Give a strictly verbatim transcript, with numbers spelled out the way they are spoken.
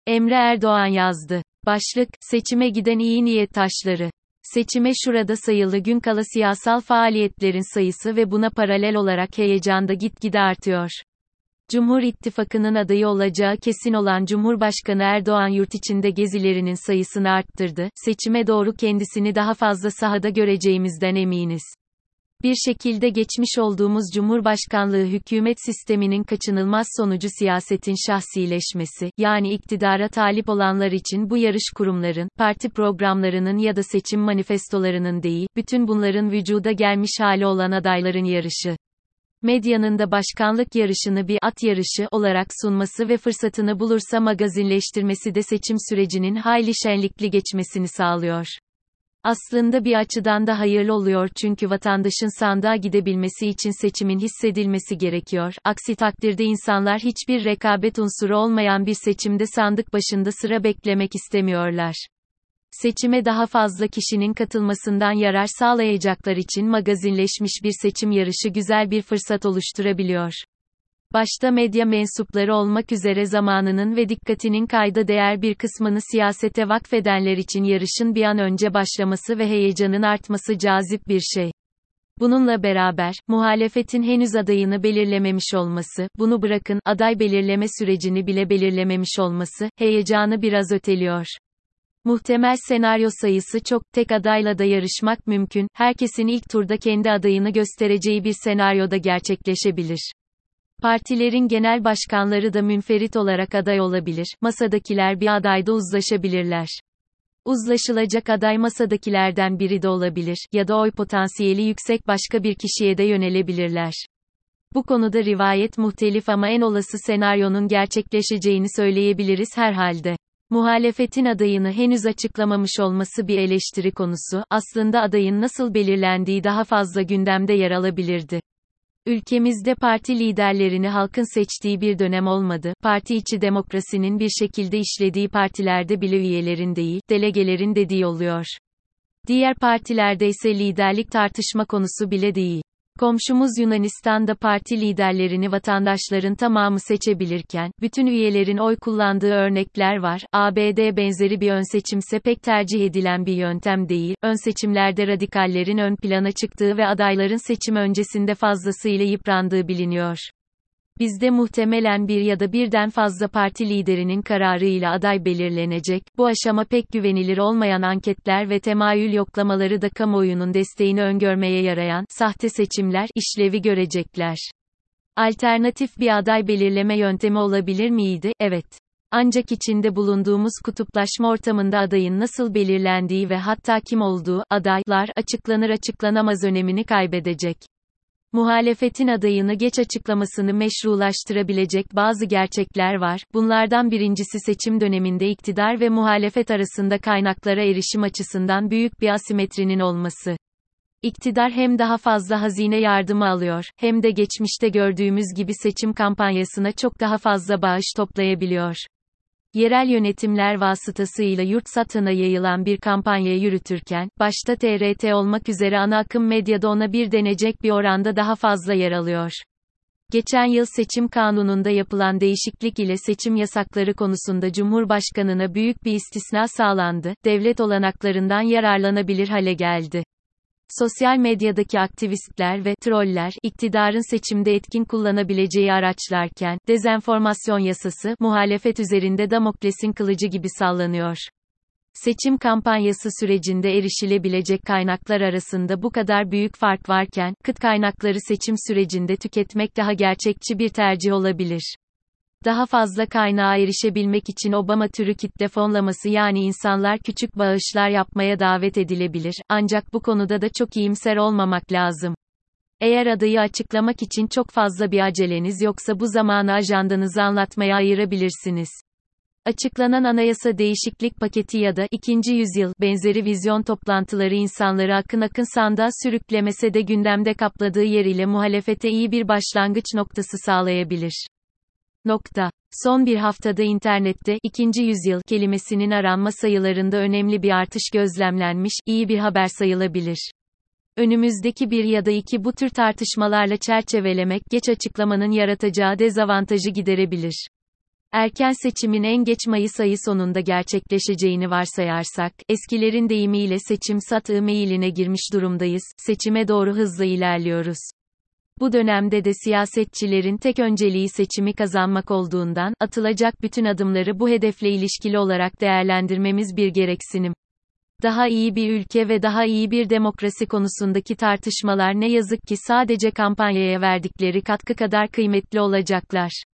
Emre Erdoğan yazdı. Başlık, seçime giden iyi niyet taşları. Seçime şurada sayılı gün kala siyasal faaliyetlerin sayısı ve buna paralel olarak heyecan da gitgide artıyor. Cumhur İttifakı'nın adayı olacağı kesin olan Cumhurbaşkanı Erdoğan yurt içinde gezilerinin sayısını arttırdı. Seçime doğru kendisini daha fazla sahada göreceğimizden eminiz. Bir şekilde geçmiş olduğumuz Cumhurbaşkanlığı hükümet sisteminin kaçınılmaz sonucu siyasetin şahsileşmesi, yani iktidara talip olanlar için bu yarış kurumların, parti programlarının ya da seçim manifestolarının değil, bütün bunların vücuda gelmiş hali olan adayların yarışı. Medyanın da başkanlık yarışını bir at yarışı olarak sunması ve fırsatını bulursa magazinleştirmesi de seçim sürecinin hayli şenlikli geçmesini sağlıyor. Aslında bir açıdan da hayırlı oluyor çünkü vatandaşın sandığa gidebilmesi için seçimin hissedilmesi gerekiyor. Aksi takdirde insanlar hiçbir rekabet unsuru olmayan bir seçimde sandık başında sıra beklemek istemiyorlar. Seçime daha fazla kişinin katılmasından yarar sağlayacaklar için magazinleşmiş bir seçim yarışı güzel bir fırsat oluşturabiliyor. Başta medya mensupları olmak üzere zamanının ve dikkatinin kayda değer bir kısmını siyasete vakfedenler için yarışın bir an önce başlaması ve heyecanın artması cazip bir şey. Bununla beraber, muhalefetin henüz adayını belirlememiş olması, bunu bırakın, aday belirleme sürecini bile belirlememiş olması, heyecanı biraz öteliyor. Muhtemel senaryo sayısı çok, tek adayla da yarışmak mümkün, herkesin ilk turda kendi adayını göstereceği bir senaryoda gerçekleşebilir. Partilerin genel başkanları da münferit olarak aday olabilir, masadakiler bir adayda uzlaşabilirler. Uzlaşılacak aday masadakilerden biri de olabilir, ya da oy potansiyeli yüksek başka bir kişiye de yönelebilirler. Bu konuda rivayet muhtelif ama en olası senaryonun gerçekleşeceğini söyleyebiliriz herhalde. Muhalefetin adayını henüz açıklamamış olması bir eleştiri konusu, aslında adayın nasıl belirlendiği daha fazla gündemde yer alabilirdi. Ülkemizde parti liderlerini halkın seçtiği bir dönem olmadı, parti içi demokrasinin bir şekilde işlediği partilerde bile üyelerin değil, delegelerin dediği oluyor. Diğer partilerde ise liderlik tartışma konusu bile değil. Komşumuz Yunanistan'da parti liderlerini vatandaşların tamamı seçebilirken, bütün üyelerin oy kullandığı örnekler var. A B D benzeri bir ön seçimse pek tercih edilen bir yöntem değil, ön seçimlerde radikallerin ön plana çıktığı ve adayların seçim öncesinde fazlasıyla yıprandığı biliniyor. Bizde muhtemelen bir ya da birden fazla parti liderinin kararıyla aday belirlenecek, bu aşama pek güvenilir olmayan anketler ve temayül yoklamaları da kamuoyunun desteğini öngörmeye yarayan, sahte seçimler, işlevi görecekler. Alternatif bir aday belirleme yöntemi olabilir miydi? Evet. Ancak içinde bulunduğumuz kutuplaşma ortamında adayın nasıl belirlendiği ve hatta kim olduğu, adaylar, açıklanır açıklanamaz önemini kaybedecek. Muhalefetin adayını geç açıklamasını meşrulaştırabilecek bazı gerçekler var. Bunlardan birincisi seçim döneminde iktidar ve muhalefet arasında kaynaklara erişim açısından büyük bir asimetrinin olması. İktidar hem daha fazla hazine yardımı alıyor, hem de geçmişte gördüğümüz gibi seçim kampanyasına çok daha fazla bağış toplayabiliyor. Yerel yönetimler vasıtasıyla yurt satına yayılan bir kampanya yürütürken, başta T R T olmak üzere ana akım medyada ona bir denecek bir oranda daha fazla yer alıyor. Geçen yıl seçim kanununda yapılan değişiklik ile seçim yasakları konusunda Cumhurbaşkanına büyük bir istisna sağlandı, devlet olanaklarından yararlanabilir hale geldi. Sosyal medyadaki aktivistler ve troller, iktidarın seçimde etkin kullanabileceği araçlarken, dezenformasyon yasası, muhalefet üzerinde Damokles'in kılıcı gibi sallanıyor. Seçim kampanyası sürecinde erişilebilecek kaynaklar arasında bu kadar büyük fark varken, kıt kaynakları seçim sürecinde tüketmek daha gerçekçi bir tercih olabilir. Daha fazla kaynağa erişebilmek için Obama türü kitle fonlaması yani insanlar küçük bağışlar yapmaya davet edilebilir, ancak bu konuda da çok iyimser olmamak lazım. Eğer adayı açıklamak için çok fazla bir aceleniz yoksa bu zamanı ajandanızı anlatmaya ayırabilirsiniz. Açıklanan anayasa değişiklik paketi ya da ikinci yüzyıl benzeri vizyon toplantıları insanları akın akın sandığa sürüklemese de gündemde kapladığı yer ile muhalefete iyi bir başlangıç noktası sağlayabilir. Nokta. Son bir haftada internette, ikinci yüzyıl kelimesinin aranma sayılarında önemli bir artış gözlemlenmiş, iyi bir haber sayılabilir. Önümüzdeki bir ya da iki bu tür tartışmalarla çerçevelemek geç açıklamanın yaratacağı dezavantajı giderebilir. Erken seçimin en geç Mayıs ayı sonunda gerçekleşeceğini varsayarsak, eskilerin deyimiyle seçim satığı meyiline girmiş durumdayız, seçime doğru hızla ilerliyoruz. Bu dönemde de siyasetçilerin tek önceliği seçimi kazanmak olduğundan, atılacak bütün adımları bu hedefle ilişkili olarak değerlendirmemiz bir gereksinim. Daha iyi bir ülke ve daha iyi bir demokrasi konusundaki tartışmalar ne yazık ki sadece kampanyaya verdikleri katkı kadar kıymetli olacaklar.